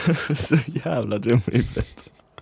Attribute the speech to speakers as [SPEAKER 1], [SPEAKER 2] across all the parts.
[SPEAKER 1] Så jävla dum i huvudet.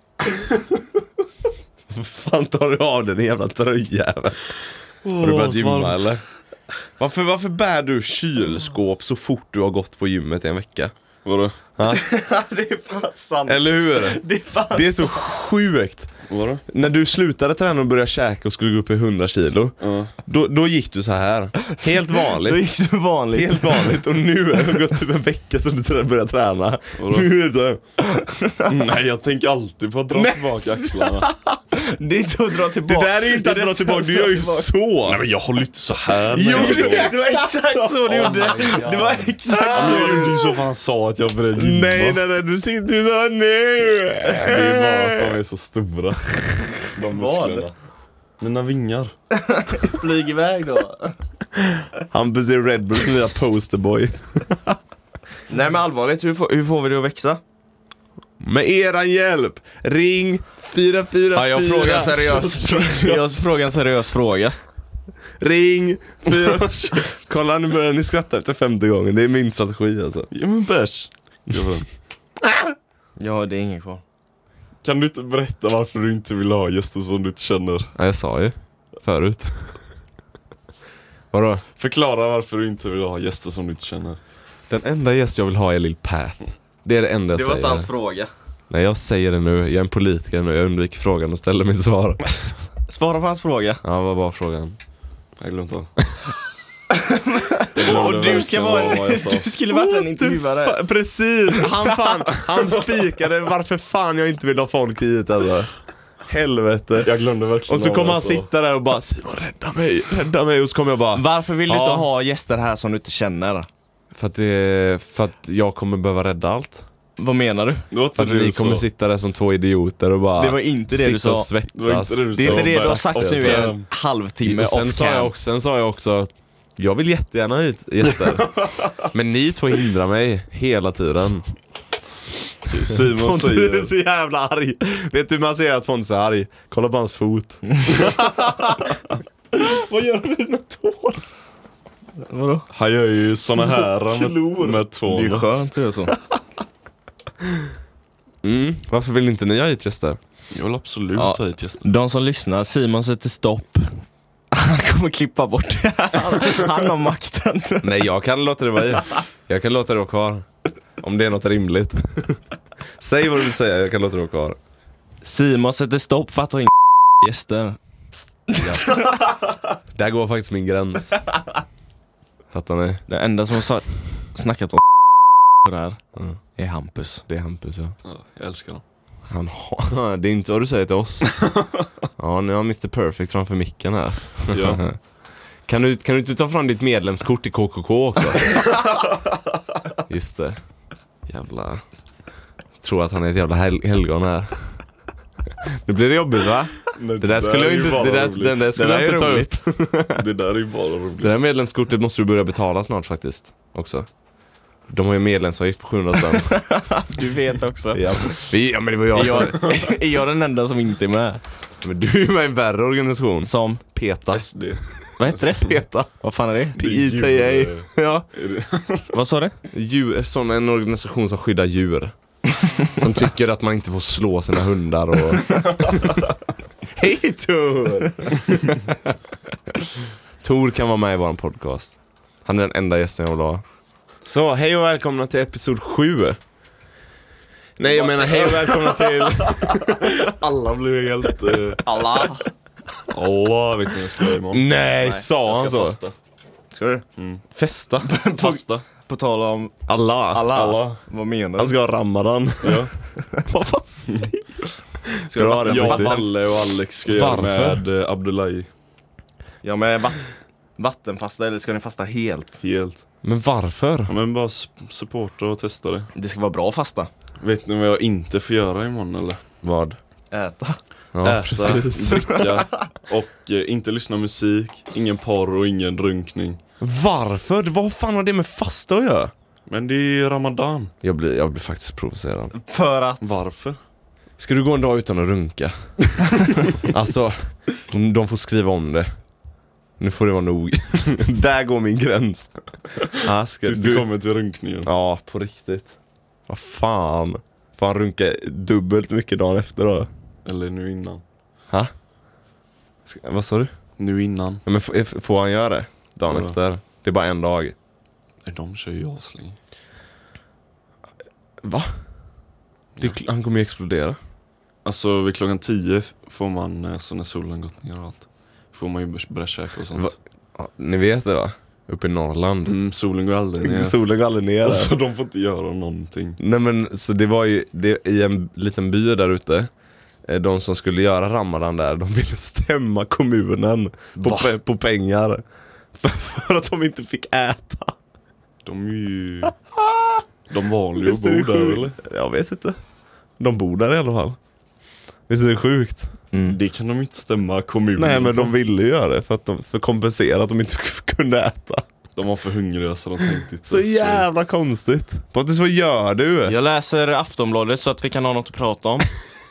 [SPEAKER 2] Fan tar du av den jävla tröjjäveln? Har du börjat gymma eller? Varför bär du kylskåp så fort du har gått på gymmet i en vecka?
[SPEAKER 3] Vadå?
[SPEAKER 1] Det är fan sant.
[SPEAKER 2] Eller hur? Det är så sjukt.
[SPEAKER 3] Vadå?
[SPEAKER 2] När du slutade träna och började käka och skulle gå upp i 100 kilo, då gick du så här. Helt vanligt.
[SPEAKER 1] Då gick du vanligt.
[SPEAKER 2] Helt vanligt. Och nu har det gått typ en vecka sedan du började träna. Nu är det så.
[SPEAKER 3] Nej, jag tänker alltid på att dra tillbaka axlarna.
[SPEAKER 1] Det är inte att dra tillbaka.
[SPEAKER 2] Det där är inte att dra tillbaka, du gör ju så.
[SPEAKER 3] Nej, men jag håller inte så här.
[SPEAKER 2] Jo,
[SPEAKER 1] Det var exakt så du gjorde. Det var exakt så
[SPEAKER 3] Jag
[SPEAKER 1] du
[SPEAKER 3] gjorde
[SPEAKER 1] gjorde.
[SPEAKER 3] ju så fan han sa att jag började gymma.
[SPEAKER 2] Nej, du sitter ju så nu.
[SPEAKER 3] Det är bara att de är så stora. De musklerna. Mina vingar.
[SPEAKER 1] Flyg iväg då.
[SPEAKER 2] Hampus är Red Bulls nya posterboy.
[SPEAKER 1] Nej men allvarligt, hur får vi det att växa?
[SPEAKER 2] Med eran hjälp. Ring 444.
[SPEAKER 1] Ja, jag frågar en seriös fråga.
[SPEAKER 2] Ring 4. Kolla, nu börjar ni skratta efter 50 gånger. Det är min strategi alltså.
[SPEAKER 3] Ja men bärs.
[SPEAKER 1] Ja, det är ingen kvar.
[SPEAKER 3] Kan du inte berätta varför du inte vill ha gäster som du inte känner?
[SPEAKER 2] Ja, jag sa ju förut. Vadå?
[SPEAKER 3] Förklara varför du inte vill ha gäster som du inte känner.
[SPEAKER 2] Den enda gäst jag vill ha är Lil Pat. Det är det enda jag säger.
[SPEAKER 1] Det var inte hans fråga.
[SPEAKER 2] Nej, jag säger det nu. Jag är en politiker nu. Jag undviker frågan och ställer mitt svar.
[SPEAKER 1] Svara på hans fråga.
[SPEAKER 2] Ja, vad var frågan?
[SPEAKER 3] Jag glömde av.
[SPEAKER 1] Och du ska vara du skulle varit en intervjuare.
[SPEAKER 2] Precis. Han spikade varför fan jag inte vill ha folk hit alltså. Helvete.
[SPEAKER 3] Jag glömde verkligen.
[SPEAKER 2] Och så kommer han sitta där och bara Simon, rädda mig. Och så kommer jag bara
[SPEAKER 1] Varför vill du inte ha gäster här som du inte känner?
[SPEAKER 2] För att jag kommer behöva rädda allt.
[SPEAKER 1] Vad menar du?
[SPEAKER 2] För att ni kommer sitta där som två idioter och bara
[SPEAKER 1] det var inte det du sa.
[SPEAKER 2] Och svettas.
[SPEAKER 1] Det är inte det du har sagt nu i en halvtimme
[SPEAKER 2] och sen sa jag också jag vill jättegärna ha hit gäster. Men ni två hindrar mig hela tiden.
[SPEAKER 3] Simon
[SPEAKER 2] Pontus
[SPEAKER 3] säger
[SPEAKER 2] är så jävla arg. Vet du hur man ser att Pontus är arg? Kolla på hans fot. Vad gör du med dina tår?
[SPEAKER 1] Vadå?
[SPEAKER 3] han gör ju såna här med tårna.
[SPEAKER 1] Det är skönt att göra så.
[SPEAKER 2] Varför vill inte ni ha hit gäster?
[SPEAKER 3] Jag vill absolut ta hit gäster.
[SPEAKER 1] De som lyssnar, Simon sätter stopp. Han kommer klippa bort det. Han har makten.
[SPEAKER 2] Nej, jag kan låta det vara i. Jag kan låta det vara kvar. Om det är något rimligt. Säg vad du vill säga, jag kan låta det vara kvar.
[SPEAKER 1] Simon sätter stopp för att ta in gäster.
[SPEAKER 2] Där går faktiskt min gräns. Fattar ni?
[SPEAKER 1] Den enda som har snackat om på det här är Hampus.
[SPEAKER 2] Det är Hampus, ja.
[SPEAKER 3] Ja, jag älskar dem.
[SPEAKER 2] Det är inte vad du säger till oss. Ja, nu har Mr. Perfect framför micken här.
[SPEAKER 3] Ja.
[SPEAKER 2] Kan du inte ta fram ditt medlemskort i KKK också? Just det. Jävla. Tror att han är ett jävla helgon här. Nu blir det jobbigt, va?
[SPEAKER 3] Nej,
[SPEAKER 2] Det där skulle jag inte. Den där skulle jag inte ta upp.
[SPEAKER 3] Det där är ju bara roligt.
[SPEAKER 2] Det där medlemskortet måste du börja betala snart faktiskt. Också. De har ju medlemsavgift på 700 spänn.
[SPEAKER 1] Du vet också.
[SPEAKER 2] Ja, men det var jag som...
[SPEAKER 1] Är jag den enda som inte är med?
[SPEAKER 2] Men du är med i en värre organisation.
[SPEAKER 1] Som
[SPEAKER 2] PETA.
[SPEAKER 3] SD.
[SPEAKER 1] vad heter det?
[SPEAKER 2] PETA.
[SPEAKER 1] Vad fan är det?
[SPEAKER 2] PETA. Ja.
[SPEAKER 1] Vad sa du?
[SPEAKER 2] Sån en organisation som skyddar djur. Som tycker att man inte får slå sina hundar och... Hej Tor! Tor kan vara med i vår podcast. Han är den enda gästen jag vill ha. Så, hej och välkomna till episod 7. Nej, jag menar hej och välkomna till...
[SPEAKER 3] Alla blev helt...
[SPEAKER 1] Alla.
[SPEAKER 3] Alla vet du vad jag ska göra imorgon.
[SPEAKER 2] Nej, sa han
[SPEAKER 3] Jag ska
[SPEAKER 2] så?
[SPEAKER 3] fasta.
[SPEAKER 1] Ska du?
[SPEAKER 2] Festa?
[SPEAKER 3] Fasta.
[SPEAKER 1] På tal om
[SPEAKER 2] Alla.
[SPEAKER 1] Vad menar
[SPEAKER 2] Han
[SPEAKER 1] du?
[SPEAKER 2] ska ha Ramadan.
[SPEAKER 3] Ja.
[SPEAKER 2] Vad fan säger du?
[SPEAKER 1] Ska du ha det?
[SPEAKER 3] Jag, Valle och Alex ska göra
[SPEAKER 2] Varför?
[SPEAKER 3] med Abdullahi.
[SPEAKER 1] Ja, men vattenfasta eller ska ni fasta helt?
[SPEAKER 3] Helt.
[SPEAKER 2] Men varför?
[SPEAKER 3] Ja, men bara supporta och testa det.
[SPEAKER 1] Det ska vara bra fasta.
[SPEAKER 3] Vet ni vad jag inte får göra imorgon eller?
[SPEAKER 2] Vad?
[SPEAKER 1] Äta.
[SPEAKER 2] Ja,
[SPEAKER 3] Äta, dricka och inte lyssna musik. Ingen porr och ingen drunkning.
[SPEAKER 2] Varför? Vad fan har det med fasta att göra?
[SPEAKER 3] Men det är ju Ramadan.
[SPEAKER 2] Jag blir faktiskt provocerad.
[SPEAKER 1] För att?
[SPEAKER 3] Varför?
[SPEAKER 2] Ska du gå en dag utan att runka? Alltså, de får skriva om det. Nu får det vara nog. Där går min gräns.
[SPEAKER 3] Tills du kommer till runkningen.
[SPEAKER 2] Ja, på riktigt. Vad fan. Får han runka dubbelt mycket dagen efter då?
[SPEAKER 3] Eller nu innan.
[SPEAKER 2] Ha? Vad sa du?
[SPEAKER 3] Nu innan.
[SPEAKER 2] Ja, men får han göra det dagen
[SPEAKER 3] Ja.
[SPEAKER 2] efter? Det är bara en dag.
[SPEAKER 3] De kör ju aslänge.
[SPEAKER 2] Va? Han kommer ju explodera.
[SPEAKER 3] Alltså vid klockan 10 får man, alltså när solen gått ner och allt, får man ju börja käka och sånt.
[SPEAKER 2] Va? Ja, ni vet det va? Uppe i Norrland.
[SPEAKER 3] Solen går aldrig ner.
[SPEAKER 2] Solen går aldrig ner där.
[SPEAKER 3] Så de får inte göra någonting.
[SPEAKER 2] Nej men så det var ju i en liten by där ute. De som skulle göra Ramadan där, de ville stämma kommunen på pengar. För att de inte fick äta.
[SPEAKER 3] De är ju... De vanliga
[SPEAKER 2] Visst är det
[SPEAKER 3] bor där
[SPEAKER 2] sjukt?
[SPEAKER 3] eller?
[SPEAKER 2] Jag vet inte. De bor där i alla fall. Visst är det sjukt?
[SPEAKER 3] Det kan de inte stämma kommunen.
[SPEAKER 2] Nej men
[SPEAKER 3] på.
[SPEAKER 2] de ville ju göra det för att för kompensera att de inte kunde äta.
[SPEAKER 3] De var för hungriga så de tänkte inte.
[SPEAKER 2] Så jävla konstigt. Pontus, vad gör du?
[SPEAKER 1] Jag läser Aftonbladet så att vi kan ha något att prata om.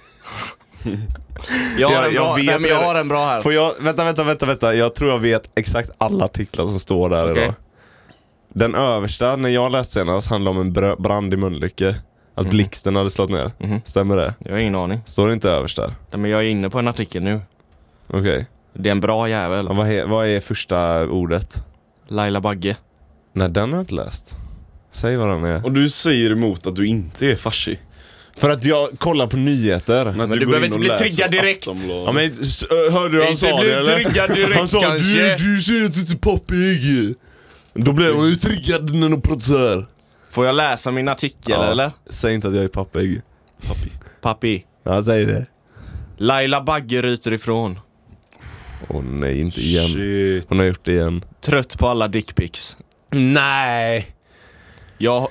[SPEAKER 1] Jag har en bra här.
[SPEAKER 2] Får jag, vänta. Jag tror jag vet exakt alla artiklar som står där idag. Den översta, när jag läste senast, handlar om en brand i Mölnlycke. Att blixten hade slått ner. Stämmer det?
[SPEAKER 1] Jag har ingen aning.
[SPEAKER 2] Står det inte överst där?
[SPEAKER 1] Nej, men jag är inne på en artikel nu.
[SPEAKER 2] Okej.
[SPEAKER 1] Det är en bra jävel.
[SPEAKER 2] Ja, vad är första ordet?
[SPEAKER 1] Laila Bagge.
[SPEAKER 2] Nej, den har jag inte läst. Säg vad den är.
[SPEAKER 3] Och du säger emot att du inte är farsi.
[SPEAKER 2] För att jag kollar på nyheter.
[SPEAKER 3] Men
[SPEAKER 1] du behöver inte bli triggad direkt.
[SPEAKER 2] Ja, men hörde du han sa det eller? Han sa du ser inte till pappig. Då blir jag ju triggad när de pratar så här.
[SPEAKER 1] Får jag läsa min artikel eller?
[SPEAKER 2] Säg inte att jag är pappig.
[SPEAKER 1] Pappi.
[SPEAKER 2] Ja, säg det.
[SPEAKER 1] Laila Bagge ryter ifrån.
[SPEAKER 2] Åh nej, inte igen.
[SPEAKER 3] Shit.
[SPEAKER 2] Hon har gjort det igen.
[SPEAKER 1] Trött på alla dickpics.
[SPEAKER 2] Nej.
[SPEAKER 1] Jag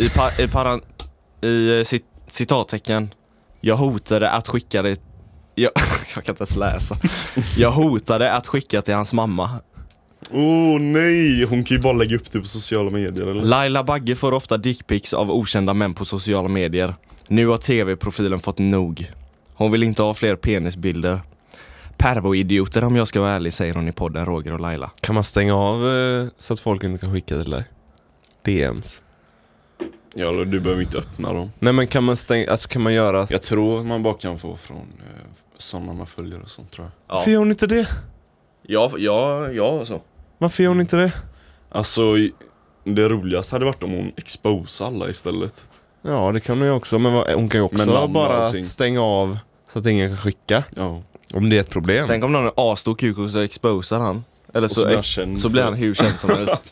[SPEAKER 1] citattecken. Jag hotade att skicka det. Jag kan inte ens läsa. Jag hotade att skicka till hans mamma.
[SPEAKER 3] Nej, hon kan ju bara lägga upp det på sociala medier eller?
[SPEAKER 1] Laila Bagge får ofta dickpics av okända män på sociala medier. Nu har tv-profilen fått nog. Hon vill inte ha fler penisbilder. Pervo-idioter om jag ska vara ärlig, säger hon i podden Roger och Laila.
[SPEAKER 2] Kan man stänga av så att folk inte kan skicka till dig? DMs.
[SPEAKER 3] Ja, eller du behöver inte öppna dem.
[SPEAKER 2] Nej, men kan man stänga, alltså kan man göra...
[SPEAKER 3] Jag tror man bara kan få från sådana man följer och sånt, tror jag.
[SPEAKER 1] Ja.
[SPEAKER 2] Varför gör hon inte det?
[SPEAKER 1] Ja, så.
[SPEAKER 2] Varför gör hon inte det?
[SPEAKER 3] Alltså, det roligaste hade varit om hon exposade alla istället.
[SPEAKER 2] Ja, det kan hon ju också. Men hon kan ju också bara stänga av så att ingen kan skicka.
[SPEAKER 3] Ja.
[SPEAKER 2] Om det är ett problem.
[SPEAKER 1] Tänk om någon är astor kuk och så exposar han. Eller så blir han hur känd som helst.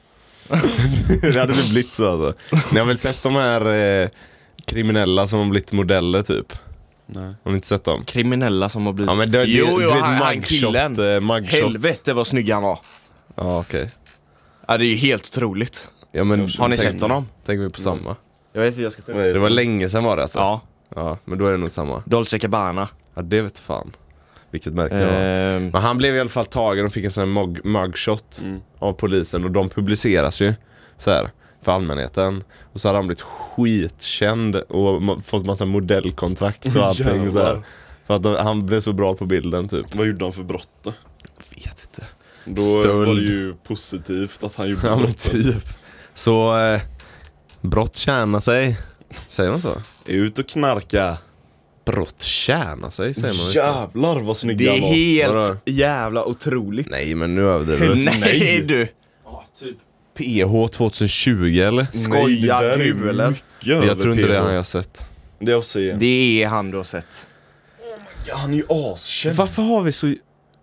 [SPEAKER 2] Det hade väl blivit så alltså. Ni har väl sett de här kriminella som har blivit modeller typ?
[SPEAKER 3] Nej.
[SPEAKER 2] Har ni inte sett dem?
[SPEAKER 1] Kriminella som har blivit...
[SPEAKER 2] Ja, men
[SPEAKER 1] han killen. Helvete vad snygg han var.
[SPEAKER 2] Ja, okej.
[SPEAKER 1] Ja, det är ju helt otroligt.
[SPEAKER 2] Ja, men
[SPEAKER 1] Har ni sett honom?
[SPEAKER 2] Tänker vi på samma?
[SPEAKER 1] Jag vet inte, jag ska ta
[SPEAKER 2] Det var länge sedan var det alltså.
[SPEAKER 1] Ja,
[SPEAKER 2] Ja, men då är det nog samma.
[SPEAKER 1] Dolce Gabbana.
[SPEAKER 2] Ja, det vet fan. Vilket märke det var. Men han blev i alla fall tagen och fick en sån här mugshot av polisen. Och de publiceras ju så här för allmänheten. Och så hade han blivit skitkänd och fått massa modellkontrakt och allting så här. För att han blev så bra på bilden typ.
[SPEAKER 3] Vad gjorde han för brott då?
[SPEAKER 2] Vet inte.
[SPEAKER 3] Då
[SPEAKER 2] Stöld.
[SPEAKER 3] var det ju positivt att han gjorde
[SPEAKER 2] Ja, men
[SPEAKER 3] brott.
[SPEAKER 2] typ. Så brott tjänar sig. Säger man så?
[SPEAKER 3] Ut och knarka.
[SPEAKER 2] Brott tjänar sig, säger man.
[SPEAKER 3] Jävlar vad snygg
[SPEAKER 1] Det
[SPEAKER 3] han
[SPEAKER 1] är
[SPEAKER 3] var.
[SPEAKER 1] helt
[SPEAKER 2] Vadå?
[SPEAKER 1] jävla otroligt.
[SPEAKER 2] Nej, men nu överdriver du.
[SPEAKER 1] Nej du.
[SPEAKER 3] Typ.
[SPEAKER 2] PH 2020 eller?
[SPEAKER 1] Skojar
[SPEAKER 3] Nej, det där är
[SPEAKER 1] du, eller?
[SPEAKER 3] mycket
[SPEAKER 2] Jag
[SPEAKER 3] över
[SPEAKER 2] tror inte
[SPEAKER 3] PH.
[SPEAKER 2] det har jag sett.
[SPEAKER 3] Det är att se.
[SPEAKER 1] Det är han du har sett.
[SPEAKER 3] Ja, han är ju askänd.
[SPEAKER 2] Varför har vi så...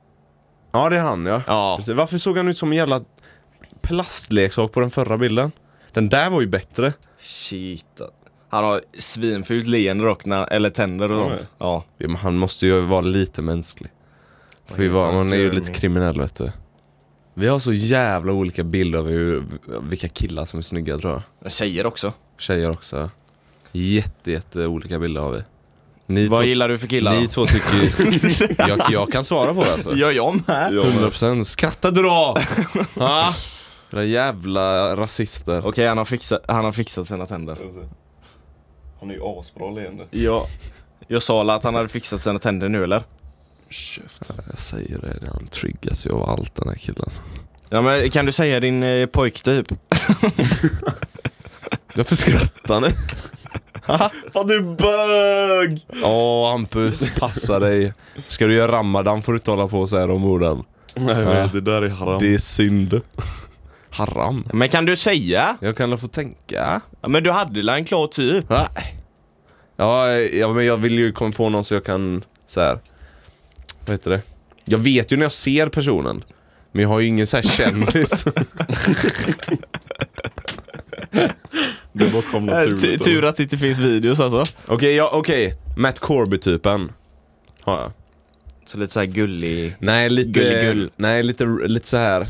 [SPEAKER 2] Ja, det är han, ja.
[SPEAKER 1] Ja.
[SPEAKER 2] Precis. Varför såg han ut som en jävla plastleksak på den förra bilden? Den där var ju bättre.
[SPEAKER 1] Shit. Han har svinfult leende dock, eller tänder och sånt. Ja.
[SPEAKER 2] Ja, men han måste ju vara lite mänsklig. För man är ju lite kriminell, vet du. Vi har så jävla olika bilder av vilka killar som är snygga, tror jag.
[SPEAKER 1] Jag säger också.
[SPEAKER 2] Tjejer också. Jätte olika bilder har vi.
[SPEAKER 1] Vad gillar du för killar?
[SPEAKER 2] Ni två tycker jag kan svara på det alltså.
[SPEAKER 1] Gör jag med?
[SPEAKER 2] 100%. Skratta du då! Ha? Det där jävla rasister.
[SPEAKER 1] Okej, han har fixat sina tänder.
[SPEAKER 3] Han är ju asbra leende.
[SPEAKER 1] Ja. Jag sa att han hade fixat sina tänder nu, eller?
[SPEAKER 3] Käft.
[SPEAKER 2] Jag säger det, han triggas ju av allt, den här killen.
[SPEAKER 1] Ja, men kan du säga din pojk typ?
[SPEAKER 2] Varför skrattar ni?
[SPEAKER 3] Fan du bög!
[SPEAKER 2] Hampus, passa dig. Ska du göra ramadan får du inte hålla på så här om orden.
[SPEAKER 3] Nej, det där är haram.
[SPEAKER 2] Det är synd. Haram.
[SPEAKER 1] Men kan du säga?
[SPEAKER 2] Jag kan få tänka.
[SPEAKER 1] Ja, men du hade en klar typ.
[SPEAKER 2] Nej. Ja, men jag vill ju komma på någon så jag kan så här. Vad heter det? Jag vet ju när jag ser personen. Men jag har ju ingen så här kändis.
[SPEAKER 3] Det bara kom naturligt.
[SPEAKER 1] Tur att det inte finns videos alltså.
[SPEAKER 2] Okej. Matt Corby-typen. Har jag.
[SPEAKER 1] Så lite så här gullig.
[SPEAKER 2] Nej, lite Nej, lite så här.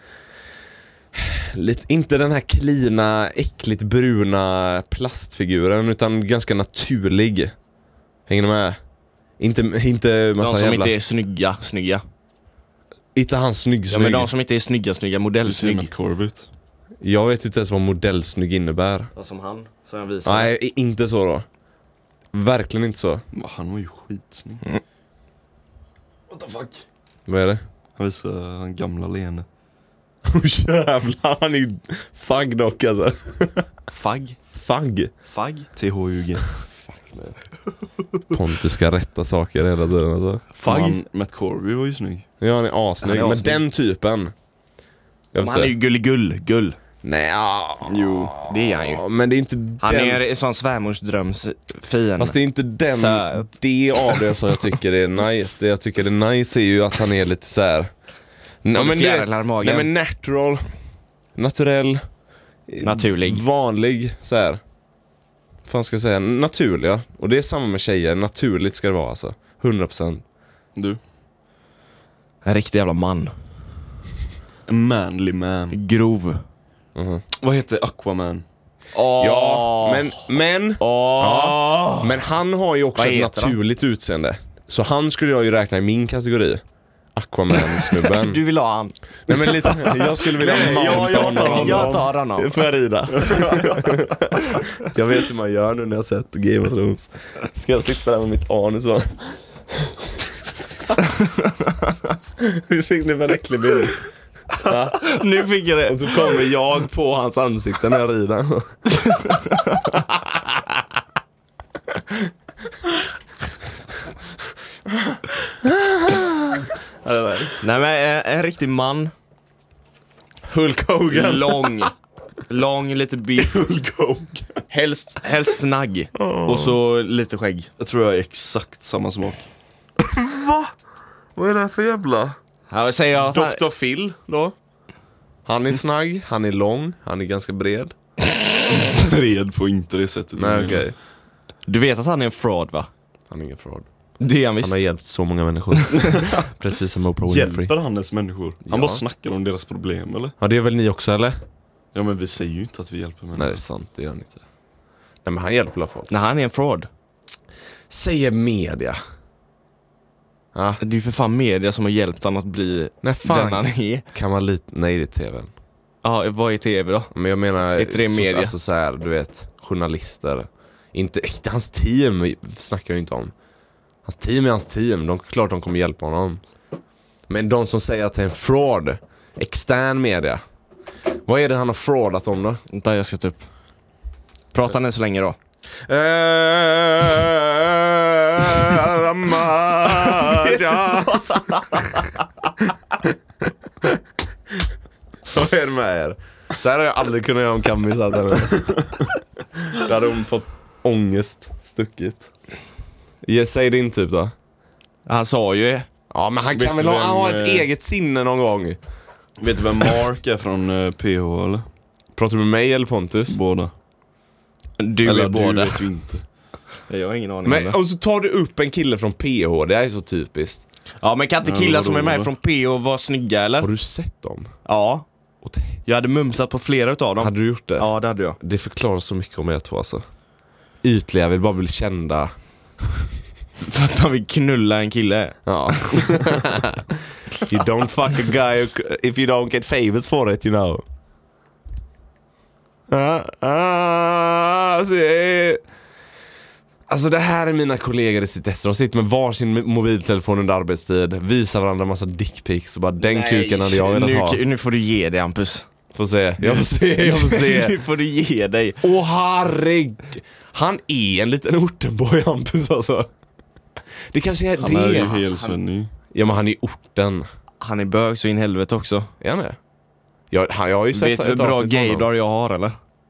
[SPEAKER 2] Inte den här klina, äckligt bruna plastfiguren utan ganska naturlig. Hänger du med? Inte massa
[SPEAKER 1] de som
[SPEAKER 2] jävla...
[SPEAKER 1] inte är snygga.
[SPEAKER 2] Inte han snygg.
[SPEAKER 1] Ja, men de som inte är snygga, modellsnygg.
[SPEAKER 3] Matt Corbett.
[SPEAKER 2] Jag vet inte ens vad modellsnygg innebär.
[SPEAKER 1] Ja, som han, som jag visar.
[SPEAKER 2] Nej, inte så då. Verkligen inte så.
[SPEAKER 3] Han var ju skitsnygg. What the fuck?
[SPEAKER 2] Vad är det?
[SPEAKER 3] Han visar han gamla leende.
[SPEAKER 2] Jävlar, han är ju thug dock alltså.
[SPEAKER 1] Fagg.
[SPEAKER 3] THUG.
[SPEAKER 2] Pontus ska rätta saker hela tiden alltså.
[SPEAKER 3] Matt Corby var ju snygg.
[SPEAKER 2] Ja, han är asnygg. Men den typen.
[SPEAKER 1] Han är ju gull.
[SPEAKER 2] Nej,
[SPEAKER 3] Jo,
[SPEAKER 1] det är han ju.
[SPEAKER 2] Men det är inte
[SPEAKER 1] Han
[SPEAKER 2] den...
[SPEAKER 1] är en sån svärmorsdröms fin.
[SPEAKER 2] Fast det är inte den
[SPEAKER 1] Så...
[SPEAKER 2] det av det som jag tycker är nice. Det jag tycker är nice är ju att han är lite så här. Nej men naturell, vanlig så här. Fan ska jag säga naturliga. Och det är samma med tjejer, naturligt ska det vara alltså. 100%.
[SPEAKER 3] Du.
[SPEAKER 1] En riktig jävla man.
[SPEAKER 3] En manly man.
[SPEAKER 1] Grov.
[SPEAKER 3] Vad heter Aquaman?
[SPEAKER 2] Ja, men men han har ju också ett naturligt utseende. Så han skulle jag ju räkna i min kategori. Aquaman-snubben.
[SPEAKER 1] Du vill ha han.
[SPEAKER 2] Nej men lite, jag skulle vilja
[SPEAKER 1] Jag tar honom.
[SPEAKER 2] Får jag rida? Jag vet hur man gör nu när jag sett Game of Thrones. Ska jag sitta där med mitt anus så? Hur fick ni en äcklig bild? Ja.
[SPEAKER 1] Nu fick jag det.
[SPEAKER 2] Och så kommer jag på hans ansikte när jag rider.
[SPEAKER 1] Nej men en riktig man.
[SPEAKER 2] Hulk Hogan.
[SPEAKER 1] Lång, lite biff.
[SPEAKER 2] Hulk Hogan.
[SPEAKER 1] Helst snagg. Och så lite skägg.
[SPEAKER 3] Jag tror jag är exakt samma smak.
[SPEAKER 2] Va? Vad är det här för jävla?
[SPEAKER 1] Ja, säger jag
[SPEAKER 2] Dr. Phil då? Han är snagg, han är lång, han är ganska bred.
[SPEAKER 3] Bred på inte det sättet.
[SPEAKER 2] Nej, okej.
[SPEAKER 1] Du vet att han är en fraud, va?
[SPEAKER 2] Han är ingen fraud.
[SPEAKER 1] Det är han visst.
[SPEAKER 2] Han har hjälpt så många människor. Precis som Oprah Winfrey.
[SPEAKER 3] Hjälper han ens människor? Han bara snackar om deras problem, eller?
[SPEAKER 2] Ja, det är väl ni också, eller?
[SPEAKER 3] Ja, men vi säger ju inte att vi hjälper människor.
[SPEAKER 2] Nej, det är sant, det gör han inte. Nej, men han hjälper alla folk.
[SPEAKER 1] Nej, han är en fraud.
[SPEAKER 2] Säger media. Ja.
[SPEAKER 1] Det är ju för fan media som har hjälpt han att bli den han är.
[SPEAKER 2] Kan man lite... Nej, det är tvn.
[SPEAKER 1] Ja, vad är tv då?
[SPEAKER 2] Men jag menar...
[SPEAKER 1] Är det media?
[SPEAKER 2] Alltså så här, du vet, journalister. Inte hans team snackar jag inte om. Hans team är hans team. Klart de kommer hjälpa honom. Men de som säger att det är en fraud. Extern media. Vad är det han har fraudat om då?
[SPEAKER 1] Där jag ska ta upp. Prata nu så länge då.
[SPEAKER 2] Vad är det med er? Så här har jag aldrig kunnat göra om Kammis. Där hade hon fått ångest stuckit. Säg din typ då.
[SPEAKER 1] Han sa ju...
[SPEAKER 2] Ja, men han kan väl ha ett eget sinne någon gång.
[SPEAKER 3] Vet du vem Mark är från PH, eller?
[SPEAKER 2] Pratar du med mig eller Pontus?
[SPEAKER 3] Båda.
[SPEAKER 1] Du
[SPEAKER 3] eller
[SPEAKER 1] är båda.
[SPEAKER 3] Du vet ju inte.
[SPEAKER 1] Jag har ingen aning.
[SPEAKER 2] Men, och så tar du upp en kille från PH. Det är så typiskt.
[SPEAKER 1] Ja, men kan inte killar som är med från PH vara snygga, eller?
[SPEAKER 2] Har du sett dem?
[SPEAKER 1] Ja. Jag hade mumsat på flera utav dem.
[SPEAKER 2] Hade du gjort det?
[SPEAKER 1] Ja, det hade jag.
[SPEAKER 2] Det förklarar så mycket om er två alltså. Ytliga, vill bara bli kända.
[SPEAKER 1] För att man vill knulla en kille.
[SPEAKER 2] Ja. You don't fuck a guy if you don't get favors for it, you know. Alltså det här är mina kollegor i sitt de sitter med varsin mobiltelefon under arbetstid, visar varandra massa dickpics och bara den kuken hade jag velat ha.
[SPEAKER 1] Nu får du ge det, Ampus.
[SPEAKER 2] Får se. Jag får se.
[SPEAKER 1] Nu får du ge dig.
[SPEAKER 2] Herregud. Han är en liten ortenboy, Hampus, alltså. Det kanske är
[SPEAKER 3] han
[SPEAKER 2] det.
[SPEAKER 3] Han är ju helsvennig.
[SPEAKER 2] Ja, men han är orten.
[SPEAKER 1] Han är bög så in helvete också.
[SPEAKER 2] Är han det? Jag har ju sett.
[SPEAKER 1] Vet du hur bra gaydar jag har, eller?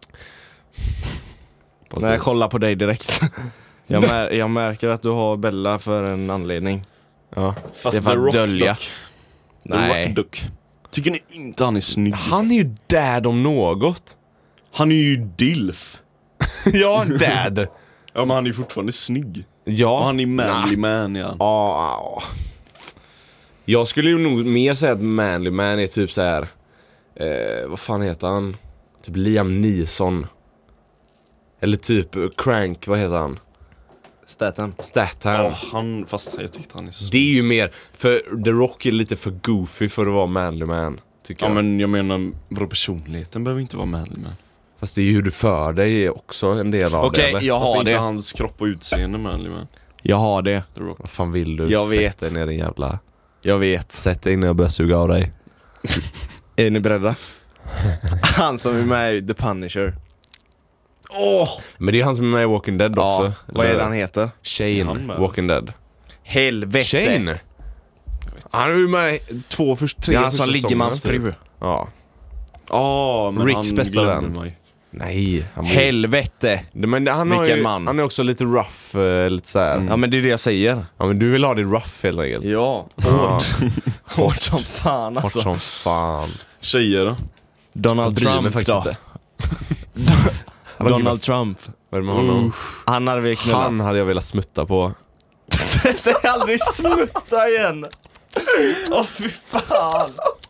[SPEAKER 1] När jag kollar på dig direkt. Jag märker att du har Bella för en anledning.
[SPEAKER 2] Ja.
[SPEAKER 3] Fast
[SPEAKER 1] det var dölja.
[SPEAKER 3] Nej. Duck. Tycker ni inte han är snygg?
[SPEAKER 2] Han är ju dad om något.
[SPEAKER 3] Han är ju dilf.
[SPEAKER 2] Ja, dad.
[SPEAKER 3] Ja, men han är ju fortfarande snygg.
[SPEAKER 2] Ja.
[SPEAKER 3] Och han är manly man, ja.
[SPEAKER 2] Ja. Jag skulle ju nog mer säga att manly man är typ så här. Vad fan heter han? Typ Liam Neeson. Eller typ Crank, vad heter han? Statham.
[SPEAKER 3] Fast jag tyckte han är så.
[SPEAKER 2] Det är ju mer, för The Rock är lite för goofy för att vara manly man, tycker jag.
[SPEAKER 3] Ja, men jag menar, vår personligheten behöver inte vara manly man.
[SPEAKER 2] Fast det är ju hur du för dig också en del av det.
[SPEAKER 1] Okej, jag
[SPEAKER 3] fast
[SPEAKER 1] har
[SPEAKER 3] det.
[SPEAKER 1] det.
[SPEAKER 3] Inte hans kropp och utseende manly man.
[SPEAKER 1] Jag har det.
[SPEAKER 3] The Rock.
[SPEAKER 2] Vad fan vill du?
[SPEAKER 1] Jag vet.
[SPEAKER 2] Sätt dig ner, din jävla...
[SPEAKER 1] Jag vet.
[SPEAKER 2] Sätt dig ner och börja suga av dig.
[SPEAKER 1] Är ni beredda? Han som är med i The Punisher.
[SPEAKER 2] Men det är han som är med i Walking Dead också.
[SPEAKER 1] Vad är det han heter?
[SPEAKER 2] Shane, Walking Dead.
[SPEAKER 1] Helvete.
[SPEAKER 2] Shane? Han är ju med i 2 för 3
[SPEAKER 1] Det är han som ligger med hans fru.
[SPEAKER 2] Ja.
[SPEAKER 3] Men
[SPEAKER 2] Ricks
[SPEAKER 3] han
[SPEAKER 2] bästa
[SPEAKER 3] glömde
[SPEAKER 2] vän.
[SPEAKER 3] mig.
[SPEAKER 2] Nej.
[SPEAKER 1] Helvete.
[SPEAKER 2] Men han
[SPEAKER 1] Vilken man.
[SPEAKER 2] Han är också lite rough, lite så här.
[SPEAKER 1] Ja, men det är det jag säger.
[SPEAKER 2] Ja, men du vill ha det rough helt enkelt.
[SPEAKER 1] Ja. Hårt som fan alltså.
[SPEAKER 2] Hårt som fan.
[SPEAKER 3] Tjejer då?
[SPEAKER 1] Donald Trump
[SPEAKER 2] faktiskt
[SPEAKER 1] då.
[SPEAKER 2] inte.
[SPEAKER 1] Donald Trump.
[SPEAKER 2] Vad är det med honom?
[SPEAKER 1] Han hade vi knullat.
[SPEAKER 2] Han hade jag velat smutta på.
[SPEAKER 1] Säg aldrig smutta igen. Fy fan.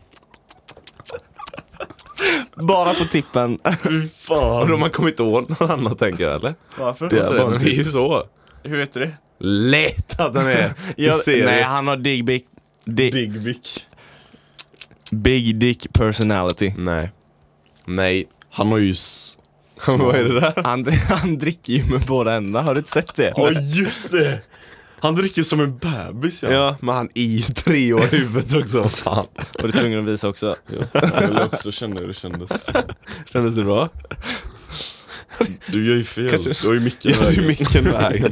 [SPEAKER 1] Bara på tippen.
[SPEAKER 2] Fan. Och de har kommit åt någon annan, tänker jag, eller?
[SPEAKER 1] Varför?
[SPEAKER 2] Det är ju så.
[SPEAKER 1] Hur vet du det?
[SPEAKER 2] Lätt att den är.
[SPEAKER 1] Nej, han har
[SPEAKER 3] Big Vic.
[SPEAKER 1] Big dick personality.
[SPEAKER 2] Nej.
[SPEAKER 3] Han har ju...
[SPEAKER 2] Vad är det där?
[SPEAKER 1] Han dricker ju med båda ändarna. Har du inte sett det?
[SPEAKER 3] Just det! Han dricker som en bebis,
[SPEAKER 2] Ja, men han är ju 3 år i huvudet också. Fan.
[SPEAKER 1] Var du tvungen att visa också?
[SPEAKER 3] Jag vill också känna hur det kändes.
[SPEAKER 2] Kändes det bra?
[SPEAKER 3] Du gör ju fel.
[SPEAKER 2] Kanske...
[SPEAKER 3] Du har ju micken
[SPEAKER 2] vägen. Du micken vägen.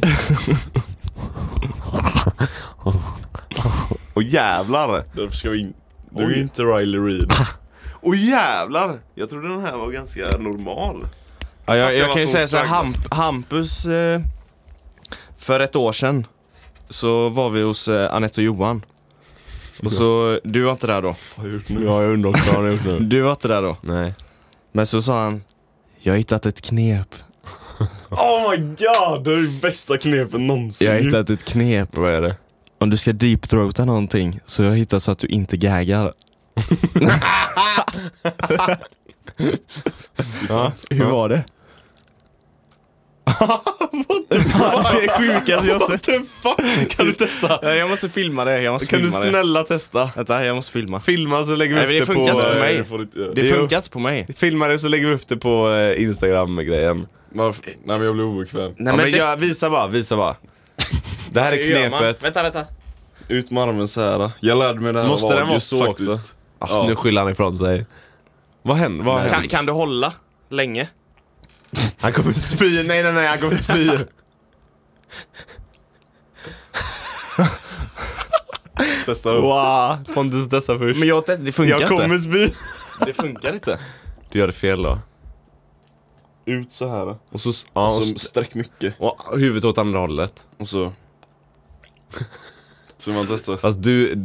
[SPEAKER 2] Jävlar.
[SPEAKER 3] Därför ska vi in... Du är inte Riley Reid.
[SPEAKER 2] Jävlar. Jag trodde den här var ganska normal.
[SPEAKER 1] Ja, jag kan ju säga så här, Hampus för ett år sedan så var vi hos Anette och Johan. Och så, du var inte där då.
[SPEAKER 2] Ja, jag undrar också vad han har gjort nu.
[SPEAKER 1] Du var inte där då.
[SPEAKER 2] Nej.
[SPEAKER 1] Men så sa han, jag har hittat ett knep.
[SPEAKER 3] Oh my god, det är det bästa knepen någonsin.
[SPEAKER 1] Jag har hittat ett knep.
[SPEAKER 2] Vad är det?
[SPEAKER 1] Om du ska deep-throata någonting så jag har hittat så att du inte gaggar.
[SPEAKER 2] Ja,
[SPEAKER 1] hur var det? Det är sjukaste jag sett.
[SPEAKER 2] Kan du testa?
[SPEAKER 1] Ja, jag måste filma det.
[SPEAKER 2] Kan du snälla testa?
[SPEAKER 1] Vänta, jag måste filma.
[SPEAKER 2] Filma så lägger vi
[SPEAKER 1] Nej,
[SPEAKER 2] upp
[SPEAKER 1] det
[SPEAKER 2] det på...
[SPEAKER 1] funkar inte på mig. Det
[SPEAKER 2] Jo.
[SPEAKER 1] funkar inte på mig.
[SPEAKER 2] Filma det så lägger vi upp det på Instagram-grejen.
[SPEAKER 3] Varför? Nej, men jag blir obekväm.
[SPEAKER 1] Nej, men det...
[SPEAKER 2] Visa bara. Det här är knepet.
[SPEAKER 1] Vänta.
[SPEAKER 3] Ut med armen så här. Jag lärde mig det här.
[SPEAKER 2] Måste den vara
[SPEAKER 3] just
[SPEAKER 2] så
[SPEAKER 3] faktiskt.
[SPEAKER 2] också? Ja. Nu skyller han ifrån sig. Vad händer?
[SPEAKER 1] Kan du hålla länge?
[SPEAKER 2] Han kommer spy. Nej, han kommer spy.
[SPEAKER 3] Testa då.
[SPEAKER 2] Wow, Pontus testa först.
[SPEAKER 1] Men det funkar
[SPEAKER 2] jag kommer
[SPEAKER 1] inte.
[SPEAKER 2] spy.
[SPEAKER 1] Det funkar inte.
[SPEAKER 2] Du gör det fel då.
[SPEAKER 3] Ut så här.
[SPEAKER 2] Och så,
[SPEAKER 3] Och så sträck mycket.
[SPEAKER 2] och huvudet åt andra hållet.
[SPEAKER 3] Och så... Så man testar.
[SPEAKER 2] Fast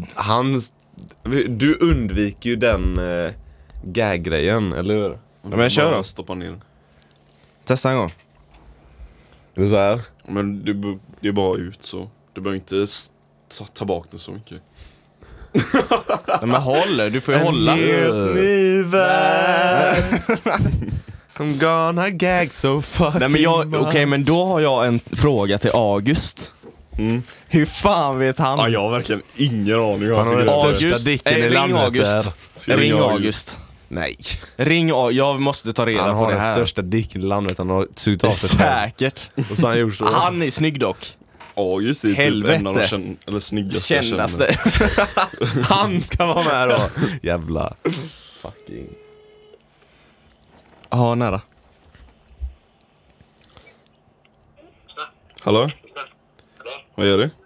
[SPEAKER 2] du undviker ju den gag-grejen, eller hur?
[SPEAKER 1] Ja, men kör då.
[SPEAKER 3] Stoppa ner den.
[SPEAKER 1] Testa en gång.
[SPEAKER 2] Det är så här.
[SPEAKER 3] Men det är bara ut så. Du behöver inte ta bak det så mycket.
[SPEAKER 1] Nej, men håll, du får ju hålla.
[SPEAKER 2] Ny värld. I'm gonna gag so fucking
[SPEAKER 1] Nej, men okej, men då har jag en fråga till August. Hur fan vet han?
[SPEAKER 3] Ja, jag har verkligen ingen aning.
[SPEAKER 2] Han har den största
[SPEAKER 1] August,
[SPEAKER 2] dicken i
[SPEAKER 1] ring
[SPEAKER 2] landet
[SPEAKER 1] August.
[SPEAKER 2] där.
[SPEAKER 1] Ring August.
[SPEAKER 2] Nej.
[SPEAKER 1] Jag måste ta reda
[SPEAKER 2] Han
[SPEAKER 1] på
[SPEAKER 2] har
[SPEAKER 1] det
[SPEAKER 2] den
[SPEAKER 1] här.
[SPEAKER 2] största dicken i landet. Han har sugit
[SPEAKER 1] Det är
[SPEAKER 2] av sig själv.
[SPEAKER 1] säkert.
[SPEAKER 2] Och så har han gjort så.
[SPEAKER 1] Han är snygg dock.
[SPEAKER 3] Ja, just det.
[SPEAKER 1] Helvete.
[SPEAKER 3] Typ en av de eller snyggaste jag
[SPEAKER 1] Kändaste.
[SPEAKER 2] Han ska vara med då. Jävla fucking
[SPEAKER 1] Ja, nära.
[SPEAKER 3] Hallå? Vad gör du?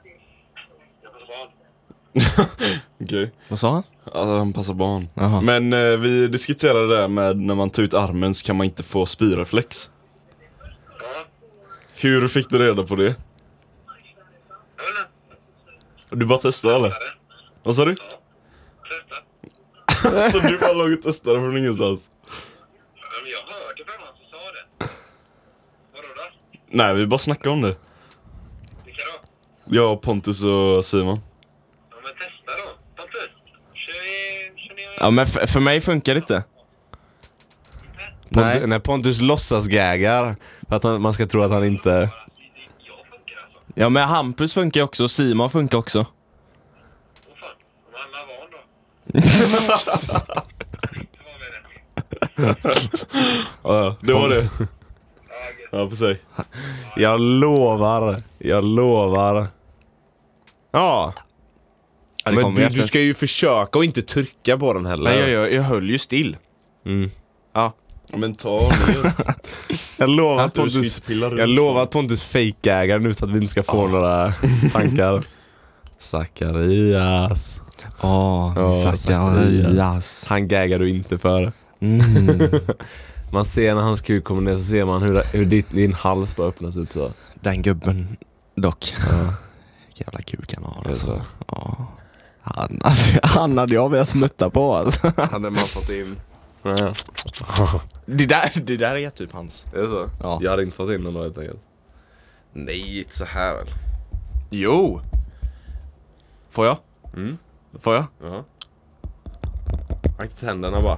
[SPEAKER 3] Okej.
[SPEAKER 1] Vad sa han?
[SPEAKER 3] Ja, han passar barn.
[SPEAKER 1] Aha.
[SPEAKER 3] Men vi diskuterade det där med när man tar ut armen så kan man inte få spyreflex. Hur fick du reda på det? Du bara testade eller? Vad sa du? Så du bara låg och testade från ingenstans?
[SPEAKER 4] Men jag hörde från han som sa det. Vadå då?
[SPEAKER 3] Nej, vi bara snackade om det.
[SPEAKER 4] Vilka då?
[SPEAKER 3] Jag, Pontus och Simon.
[SPEAKER 4] Ja, men testa då. Pontus, kör ner.
[SPEAKER 1] Ja, men för mig funkar det inte. Nej.
[SPEAKER 2] När Pontus låtsas gägar för att man ska tro att han inte...
[SPEAKER 4] Jag funkar alltså.
[SPEAKER 1] Ja, men Hampus funkar också och Simon funkar också.
[SPEAKER 4] Åh fan, de alla van då.
[SPEAKER 3] Ja, det var det. Ja, på sig.
[SPEAKER 2] Jag lovar. Ja,
[SPEAKER 1] Ja, det
[SPEAKER 2] men
[SPEAKER 1] kommer efter.
[SPEAKER 2] du ska ju försöka och inte trycka på den heller.
[SPEAKER 1] Nej, jag höll ju still.
[SPEAKER 2] Mm.
[SPEAKER 1] Ja.
[SPEAKER 3] Ja, men ta ner.
[SPEAKER 2] Jag lovar att
[SPEAKER 3] Du ska
[SPEAKER 2] Pontus,
[SPEAKER 3] inte pilla runt.
[SPEAKER 2] jag lovar att Pontus fejkägar nu så att vi inte ska få några tankar. Zacharias.
[SPEAKER 1] Zacharias.
[SPEAKER 2] Han gaggar du inte för. Man ser när hans kuk kommer ner så ser man hur din hals bara öppnas upp så.
[SPEAKER 1] Den gubben dock. Jävla kuk han har alltså. Ja. Han hade jag velat smutta på alltså.
[SPEAKER 2] Hade man fått in.
[SPEAKER 1] Det där är typ hans.
[SPEAKER 2] Är det så?
[SPEAKER 1] Ja.
[SPEAKER 2] Jag hade inte fått in den då helt enkelt. Nej, inte så här väl.
[SPEAKER 1] Jo. Får jag?
[SPEAKER 2] Mm.
[SPEAKER 1] Får jag?
[SPEAKER 2] Ja. Akta tänderna bara.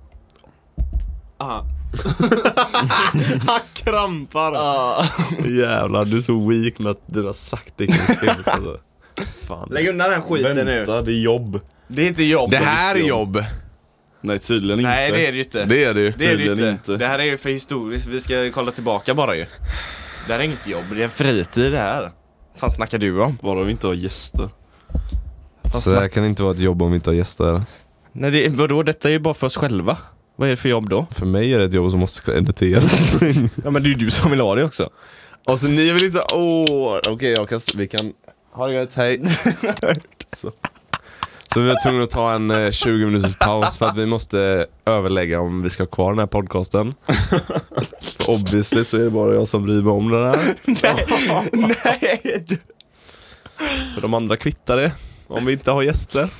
[SPEAKER 1] Aha.
[SPEAKER 2] Han krampar. Jävlar, du är så weak med att du har sagt det alltså. Fan.
[SPEAKER 1] Lägg undan den skiten nu.
[SPEAKER 3] Vänta, det är jobb.
[SPEAKER 1] Det är inte jobb.
[SPEAKER 2] Det här är jobb.
[SPEAKER 3] Nej, tydligen inte.
[SPEAKER 1] Nej, det är det ju inte.
[SPEAKER 2] Det är det ju.
[SPEAKER 1] Det är det ju
[SPEAKER 3] tydligen
[SPEAKER 1] inte.
[SPEAKER 3] inte.
[SPEAKER 1] Det här är ju för historiskt. Vi ska kolla tillbaka bara ju. Det här är inget jobb. Det är fritid det här. Vad fan snackar du om?
[SPEAKER 3] Bara vi inte har gäster.
[SPEAKER 2] Så det här kan inte vara ett jobb om vi inte har gäster.
[SPEAKER 1] Nej, vadå? Detta är ju bara för oss själva. Vad är det för jobb då?
[SPEAKER 2] För mig är det ett jobb som måste editera.
[SPEAKER 1] Ja, men det är ju du som vill ha det också.
[SPEAKER 2] Och så ni vill inte... Okej, vi kan... Ha det gött, hej. Så vi var tvungna att ta en 20 minuters paus för att vi måste överlägga om vi ska ha kvar den här podcasten. För obviously så är det bara jag som bryr mig om det där.
[SPEAKER 1] Nej.
[SPEAKER 2] För de andra kvittar det om vi inte har gäster.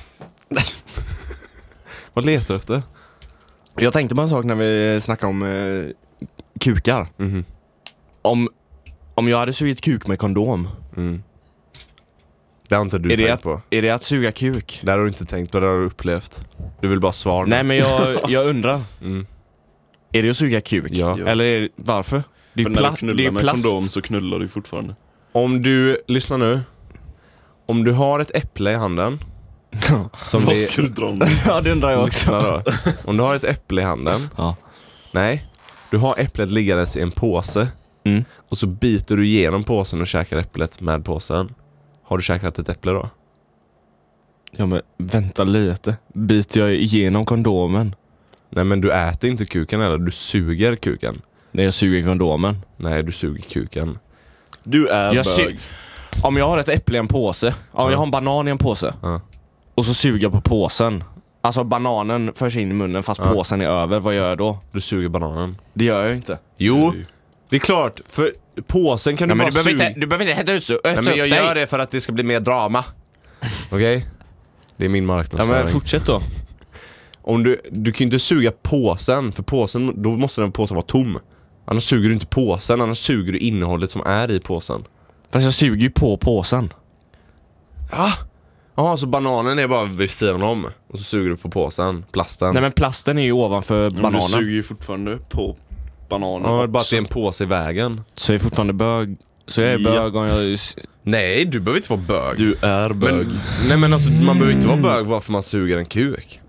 [SPEAKER 2] Vad letar du efter?
[SPEAKER 1] Jag tänkte på en sak när vi snackade om kukar.
[SPEAKER 2] Mhm.
[SPEAKER 1] Om jag hade sugit kuk med kondom.
[SPEAKER 2] Mm. Det har inte du tänkt på.
[SPEAKER 1] Är det att suga kuk?
[SPEAKER 2] Det har du inte tänkt på, det har du upplevt. Du vill bara svara.
[SPEAKER 1] Nej, men jag undrar.
[SPEAKER 2] Mm.
[SPEAKER 1] Är det att suga kuk?
[SPEAKER 2] Ja.
[SPEAKER 1] Eller är det, varför? Det är
[SPEAKER 3] För
[SPEAKER 1] ju
[SPEAKER 3] när du knullar med
[SPEAKER 1] plast.
[SPEAKER 3] kondom så knullar du fortfarande.
[SPEAKER 2] Om du, lyssna nu. Om du har ett äpple i handen. Som
[SPEAKER 3] Vad ska du dra om?
[SPEAKER 1] Ja, det undrar jag också.
[SPEAKER 2] Lyssna då. Om du har ett äpple i handen.
[SPEAKER 1] Ja.
[SPEAKER 2] Nej, du har äpplet liggandes i en påse.
[SPEAKER 1] Mm.
[SPEAKER 2] Och så biter du igenom påsen och käkar äpplet med påsen. Har du käkat ett äpple då?
[SPEAKER 1] Ja, men vänta lite. Biter jag igenom kondomen?
[SPEAKER 2] Nej, men du äter inte kuken eller du suger kuken.
[SPEAKER 1] När jag suger kondomen?
[SPEAKER 2] Nej, du suger kuken.
[SPEAKER 3] Du är
[SPEAKER 1] Jag
[SPEAKER 3] bög.
[SPEAKER 1] Om jag har ett äpple i en påse. Om jag har en banan i en påse.
[SPEAKER 2] Ja.
[SPEAKER 1] Och så suger jag på påsen. Alltså bananen förs in i munnen fast påsen är över. Vad gör jag då?
[SPEAKER 2] Du suger bananen.
[SPEAKER 1] Det gör jag ju inte.
[SPEAKER 2] Jo, det är klart. För påsen kan du bara suga.
[SPEAKER 1] Du behöver inte hätta ut
[SPEAKER 2] Nej, men jag gör det för att det ska bli mer drama. Okej? Det är min
[SPEAKER 1] Ja,
[SPEAKER 2] marknadsföring.
[SPEAKER 1] men fortsätt då.
[SPEAKER 2] Om du kan ju inte suga påsen. För påsen, då måste den påsen vara tom. Annars suger du inte påsen. Annars suger du innehållet som är i påsen.
[SPEAKER 1] Fast jag suger ju på påsen.
[SPEAKER 2] Ja. Jaha, så bananen är bara vid sidan om. Och så suger du på påsen, plasten.
[SPEAKER 1] Nej, men plasten är ju ovanför
[SPEAKER 3] Men du
[SPEAKER 1] bananen.
[SPEAKER 3] suger ju fortfarande på bananen.
[SPEAKER 2] Ja, bara att
[SPEAKER 3] också.
[SPEAKER 2] det är en påse i vägen.
[SPEAKER 1] Så jag är fortfarande bög. Så jag är
[SPEAKER 3] Ja.
[SPEAKER 1] bög om jag...
[SPEAKER 2] Nej, du behöver inte vara bög.
[SPEAKER 3] Du är bög.
[SPEAKER 2] Nej, men alltså, man behöver inte vara bög varför man suger en kuk.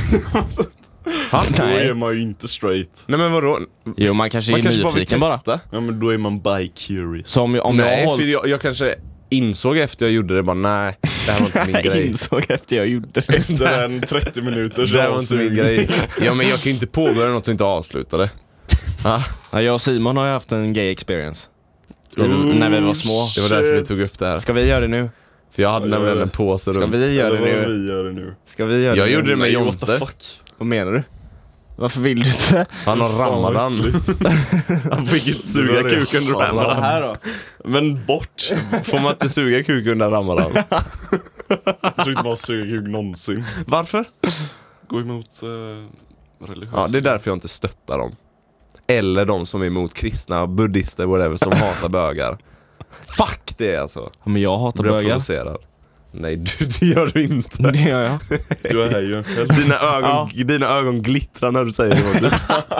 [SPEAKER 3] Då
[SPEAKER 1] Nej.
[SPEAKER 3] är man ju inte straight.
[SPEAKER 2] Nej, men vadå?
[SPEAKER 1] Jo, man kanske
[SPEAKER 2] Man
[SPEAKER 1] är
[SPEAKER 2] kanske bara vill
[SPEAKER 1] nyfiken bara.
[SPEAKER 2] testa.
[SPEAKER 3] Ja, men då är man bi-curious.
[SPEAKER 1] Så om jag
[SPEAKER 2] Nej,
[SPEAKER 1] har
[SPEAKER 2] för jag kanske insåg efter jag gjorde det bara, nej, det här var inte min grej.
[SPEAKER 1] insåg efter jag gjorde det.
[SPEAKER 3] Efter en 30 minuter
[SPEAKER 2] Det här var inte min grej. Ja, men jag kan ju inte påbörja något och inte avsluta det.
[SPEAKER 1] Ja, jag och Simon har ju haft en gay experience. När vi var små.
[SPEAKER 2] Det var därför vi tog upp det här.
[SPEAKER 1] Ska vi göra det nu?
[SPEAKER 2] För jag hade nämligen en påse runt.
[SPEAKER 1] Ska vi göra det nu? Ska vi göra
[SPEAKER 2] jag
[SPEAKER 1] det
[SPEAKER 2] gjorde det med
[SPEAKER 3] Nej,
[SPEAKER 2] Jonte.
[SPEAKER 3] what the fuck?
[SPEAKER 1] Vad menar du? Varför vill du inte?
[SPEAKER 2] Han har ramadan. Han fick inte suga kuk under ramadan.
[SPEAKER 1] Här då?
[SPEAKER 3] Men bort!
[SPEAKER 2] Får man inte suga kuk under ramadan?
[SPEAKER 3] Jag tror inte man suger kuk någonsin.
[SPEAKER 2] Varför?
[SPEAKER 3] Gå emot religiösa.
[SPEAKER 2] Ja, det är därför jag inte stöttar dem. Eller de som är emot kristna, buddhister, whatever, som hatar bögar. Fuck det alltså.
[SPEAKER 1] Ja, men jag hatar
[SPEAKER 2] Blir
[SPEAKER 1] bögar.
[SPEAKER 2] provocerad. Nej, det gör du inte.
[SPEAKER 1] Det gör jag.
[SPEAKER 3] Du är ju en själv.
[SPEAKER 2] Dina ögon glittrar när du säger det.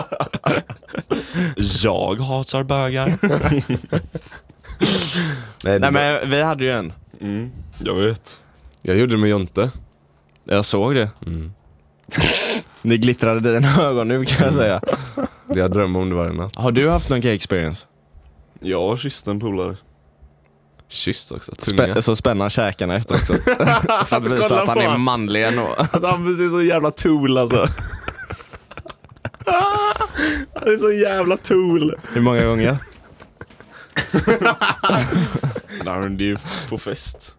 [SPEAKER 1] Jag hatar bögar. Nej, men vi hade ju en.
[SPEAKER 3] Jag vet.
[SPEAKER 2] Jag gjorde det med Jonte.
[SPEAKER 1] Jag såg det. Det glittrade dina ögon nu, kan jag säga.
[SPEAKER 2] Det jag drömmer om det varje natt.
[SPEAKER 1] Har du haft någon gay experience?
[SPEAKER 3] Jag har kysst en polare.
[SPEAKER 2] Kyss också, tunga.
[SPEAKER 1] Så spänner käkarna efter också. För att visa att han är manlig ändå.
[SPEAKER 2] Alltså han är så jävla tool alltså. Han är så jävla tool.
[SPEAKER 1] Hur många gånger?
[SPEAKER 3] Nej, men det är ju på fest.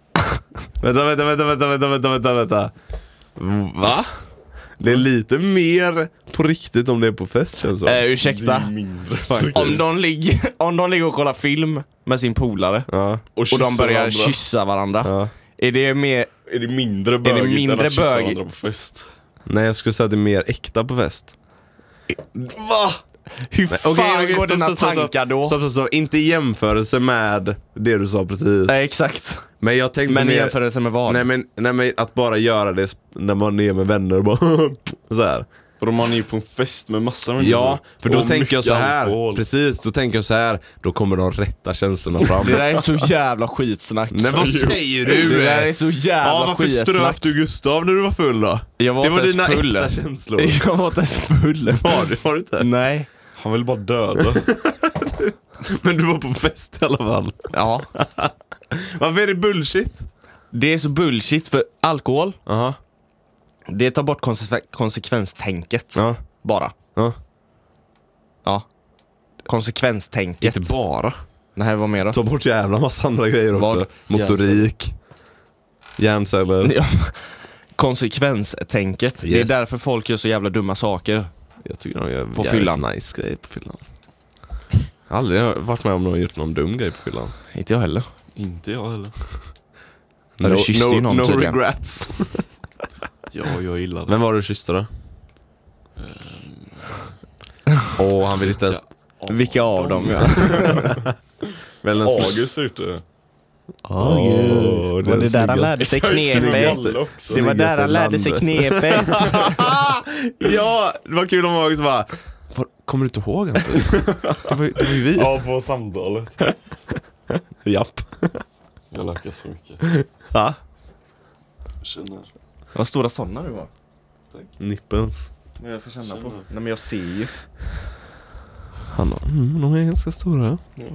[SPEAKER 2] Vänta. Va? Det är lite mer på riktigt om det är på fest, känns så.
[SPEAKER 1] Ursäkta.
[SPEAKER 3] Det är mindre faktiskt.
[SPEAKER 1] Om de ligger och kollar film med sin polare
[SPEAKER 2] Ja.
[SPEAKER 1] och de börjar
[SPEAKER 3] varandra.
[SPEAKER 1] kyssa varandra.
[SPEAKER 2] Ja.
[SPEAKER 1] Är det mer...
[SPEAKER 3] Är det mindre bögigt
[SPEAKER 1] mindre
[SPEAKER 3] än att kyssa
[SPEAKER 1] bögigt?
[SPEAKER 3] varandra på fest?
[SPEAKER 2] Nej, jag skulle säga att det är mer äkta på fest.
[SPEAKER 1] Va? Hur fan går dina tankar då?
[SPEAKER 2] Stopp. Inte i jämförelse med det du sa precis.
[SPEAKER 1] Nej, exakt.
[SPEAKER 2] Men jag tänkte
[SPEAKER 1] Men i
[SPEAKER 2] mer...
[SPEAKER 1] jämförelse med vad?
[SPEAKER 2] Nej men att bara göra det när man är med vänner och bara så här.
[SPEAKER 3] För om man är ju på en fest med massa människor.
[SPEAKER 2] Ja, för då
[SPEAKER 3] och
[SPEAKER 2] tänker jag
[SPEAKER 3] mycket
[SPEAKER 2] så här.
[SPEAKER 3] alkohol.
[SPEAKER 2] Precis, då tänker jag så här. Då kommer de rätta känslorna fram.
[SPEAKER 1] Det där är så jävla skitsnack.
[SPEAKER 2] Nej, vad säger du?
[SPEAKER 1] Det där är så jävla
[SPEAKER 2] varför ströp
[SPEAKER 1] skitsnack.
[SPEAKER 2] du Gustav när du var full då?
[SPEAKER 1] Jag var
[SPEAKER 2] Det
[SPEAKER 1] inte
[SPEAKER 2] var
[SPEAKER 1] ens
[SPEAKER 2] dina
[SPEAKER 1] full.
[SPEAKER 2] äkta känslor.
[SPEAKER 1] Jag var inte ens full.
[SPEAKER 2] Har du inte?
[SPEAKER 1] Nej.
[SPEAKER 3] Han vill bara döda.
[SPEAKER 2] Men du var på fest i alla fall.
[SPEAKER 1] Ja.
[SPEAKER 2] Varför är det bullshit?
[SPEAKER 1] Det är så bullshit för alkohol.
[SPEAKER 2] Aha.
[SPEAKER 1] Det tar bort konsekvenstänket.
[SPEAKER 2] Ja.
[SPEAKER 1] Bara.
[SPEAKER 2] Ja.
[SPEAKER 1] Ja. Konsekvenstänket.
[SPEAKER 2] Inte bara.
[SPEAKER 1] Nej, vad mer då?
[SPEAKER 2] Ta bort jävla massa andra grejer också.
[SPEAKER 1] Vad?
[SPEAKER 2] Motorik. Hjärnceller.
[SPEAKER 1] Ja. Konsekvenstänket. Det är
[SPEAKER 2] Yes.
[SPEAKER 1] därför folk gör så jävla dumma saker.
[SPEAKER 2] Jag tycker de gör
[SPEAKER 1] På
[SPEAKER 2] jävligt
[SPEAKER 1] fyllan.
[SPEAKER 2] nice grejer på fyllan. Jag har aldrig varit med om någon gjort någon dum grej på fyllan.
[SPEAKER 1] Inte jag heller.
[SPEAKER 3] Inte jag heller.
[SPEAKER 1] Ja, du kysste ju någon
[SPEAKER 2] no
[SPEAKER 1] tydligen.
[SPEAKER 2] regrets.
[SPEAKER 3] Ja, jag gillar det.
[SPEAKER 2] Vem var du kysste då? Han vill inte ens...
[SPEAKER 1] Vilka av dem? Ja.
[SPEAKER 2] Väl en
[SPEAKER 3] August är ute.
[SPEAKER 1] Det var det där han lärde sig knepet. Det var där han lärde sig knepet.
[SPEAKER 2] Ja, det var kul om August bara... Kommer du inte ihåg han? Det var ju vi.
[SPEAKER 3] Ja, på samtalet.
[SPEAKER 2] Japp.
[SPEAKER 3] Jag lackar så mycket.
[SPEAKER 2] Ja.
[SPEAKER 3] Känner.
[SPEAKER 1] Vad stora sådana du var.
[SPEAKER 2] Nipples.
[SPEAKER 1] Men jag ska känna på. Nej, men jag ser ju.
[SPEAKER 2] De är ganska stora.
[SPEAKER 3] Ja.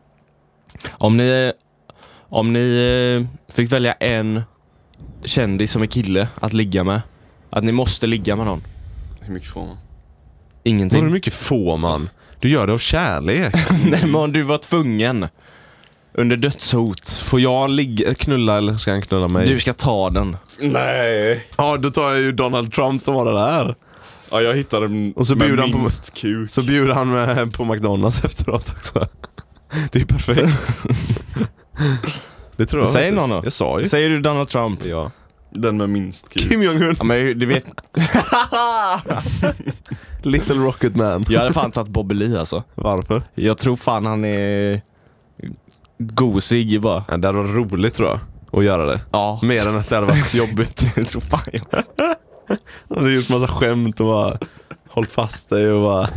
[SPEAKER 1] Om ni fick välja en kändis som är kille att ligga med. Att ni måste ligga med någon.
[SPEAKER 3] Hur mycket får man?
[SPEAKER 1] Ingenting.
[SPEAKER 2] Hur mycket får man? Du gör det av kärlek.
[SPEAKER 1] Nej, men om du var tvungen. Under dödshot.
[SPEAKER 2] Får jag knulla eller ska han knulla mig?
[SPEAKER 1] Du ska ta den.
[SPEAKER 3] Nej.
[SPEAKER 2] Ja, då tar jag ju Donald Trump som var det där.
[SPEAKER 3] Ja, jag hittade den
[SPEAKER 2] Och så bjuder han på
[SPEAKER 3] minst kuk.
[SPEAKER 2] Så bjuder han med på McDonalds efteråt också. Det är ju perfekt. Det tror jag.
[SPEAKER 1] Säg någon då.
[SPEAKER 2] Jag sa ju.
[SPEAKER 1] Säger du Donald Trump?
[SPEAKER 2] Ja.
[SPEAKER 3] Den med minst kuk.
[SPEAKER 2] Kim Jong-un.
[SPEAKER 1] Ja, men du vet.
[SPEAKER 2] Little Rocket Man.
[SPEAKER 1] Jag hade fan tagit Bobby Lee alltså.
[SPEAKER 2] Varför?
[SPEAKER 1] Jag tror fan han är gosig bara.
[SPEAKER 2] Ja, det hade varit roligt tror jag. Att göra det.
[SPEAKER 1] Ja.
[SPEAKER 2] Mer än att det hade varit jobbigt.
[SPEAKER 1] Jag tror fan jag också.
[SPEAKER 2] Han hade gjort massa skämt och bara hållit fast dig och bara...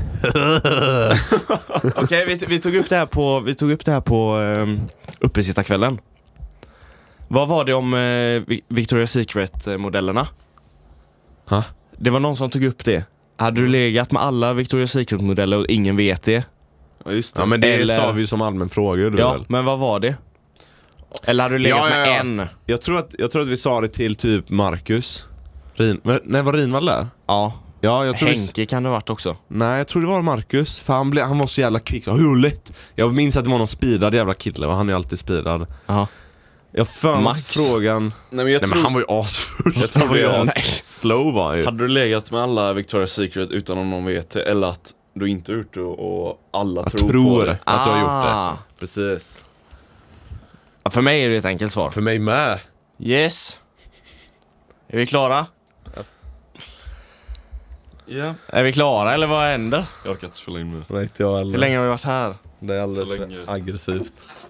[SPEAKER 1] Okej, vi tog upp det här på uppesittarkvällen. Vad var det om Victoria's Secret-modellerna?
[SPEAKER 2] Ha?
[SPEAKER 1] Det var någon som tog upp det. Hade du legat med alla Victoria's Secret-modeller och ingen vet det?
[SPEAKER 3] Ja, just det.
[SPEAKER 2] Ja, men det
[SPEAKER 1] Eller-
[SPEAKER 2] sa vi ju som allmän fråga.
[SPEAKER 1] Ja,
[SPEAKER 2] Väl?
[SPEAKER 1] men vad var det? Eller hade du legat med en?
[SPEAKER 2] Jag tror att vi sa det till typ Marcus. Nej, var Rinvall där?
[SPEAKER 1] Ja.
[SPEAKER 2] Ja, jag tror
[SPEAKER 1] Henke kan det ha varit också.
[SPEAKER 2] Nej, jag tror det var Marcus. För han var så jävla kvick. Hur lätt? Jag minns att det var någon speedad jävla kille. Och han är alltid speedad.
[SPEAKER 1] Jaha.
[SPEAKER 2] Jag för
[SPEAKER 1] Max.
[SPEAKER 2] Frågan.
[SPEAKER 3] Nej men
[SPEAKER 2] Han var ju asfull.
[SPEAKER 3] Jag tror det är
[SPEAKER 2] slow var ju.
[SPEAKER 3] Hade du legat med alla Victoria's Secret utan om någon vet det? Eller att du inte gjort det och alla
[SPEAKER 2] Jag
[SPEAKER 3] tror på det?
[SPEAKER 2] att du har gjort det.
[SPEAKER 3] Precis.
[SPEAKER 1] Ja, för mig är det ett enkelt svar.
[SPEAKER 2] För mig med.
[SPEAKER 1] Yes. Är vi klara?
[SPEAKER 3] Ja.
[SPEAKER 1] Är vi klara eller vad händer?
[SPEAKER 3] Jag orkar inte spela in nu.
[SPEAKER 2] Nej, inte jag heller.
[SPEAKER 1] Hur länge har vi varit här?
[SPEAKER 2] Det är alldeles
[SPEAKER 3] Så länge.
[SPEAKER 2] aggressivt.